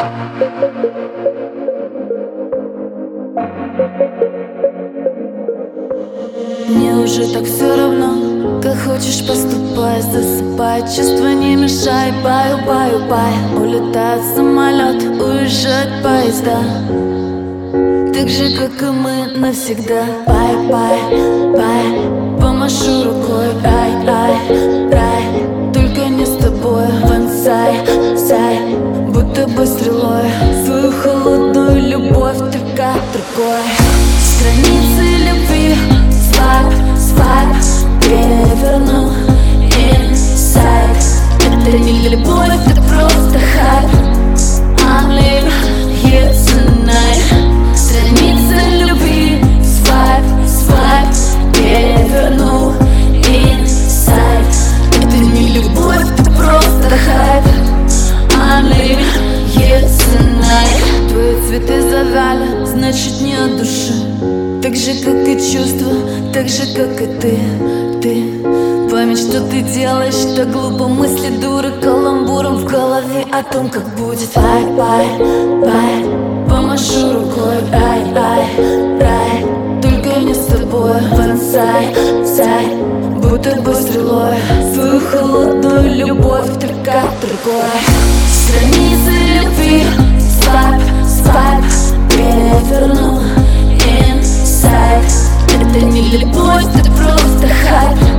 Мне уже так все равно, как хочешь поступай. Засыпай, чувства не мешай. Баю, баю, бай. Улетает самолет, уезжают поезда, так же, как и мы навсегда. Бай, бай, бай. Помашу рукой, рай, рай, рай. Только не с тобой, вансай, сай. Будто бы стрелой свою холодную любовь только другой. Страницы любви, свайп, свайп, переверну инсайд. Это не любовь, это просто хайп. I'm living here tonight. Страницы любви, свайп, свайп, переверну инсайд. Это не любовь, это просто хайп. I'm living here tonight. Твои цветы завяли, значит не от души. Так же, как и чувства, так же, как и ты. Память, что ты делаешь, так глупо. Мысли дуры каламбуром в голове о том, как будет. Бай, бай, бай. Помашу рукой, рай, рай, рай. Только не с тобой, вансай, сай. Будто бы стрелой свою холодную любовь только другой. Страницы любви, свайп, свайп, переверну инсайд. Это не любовь, это просто хайп.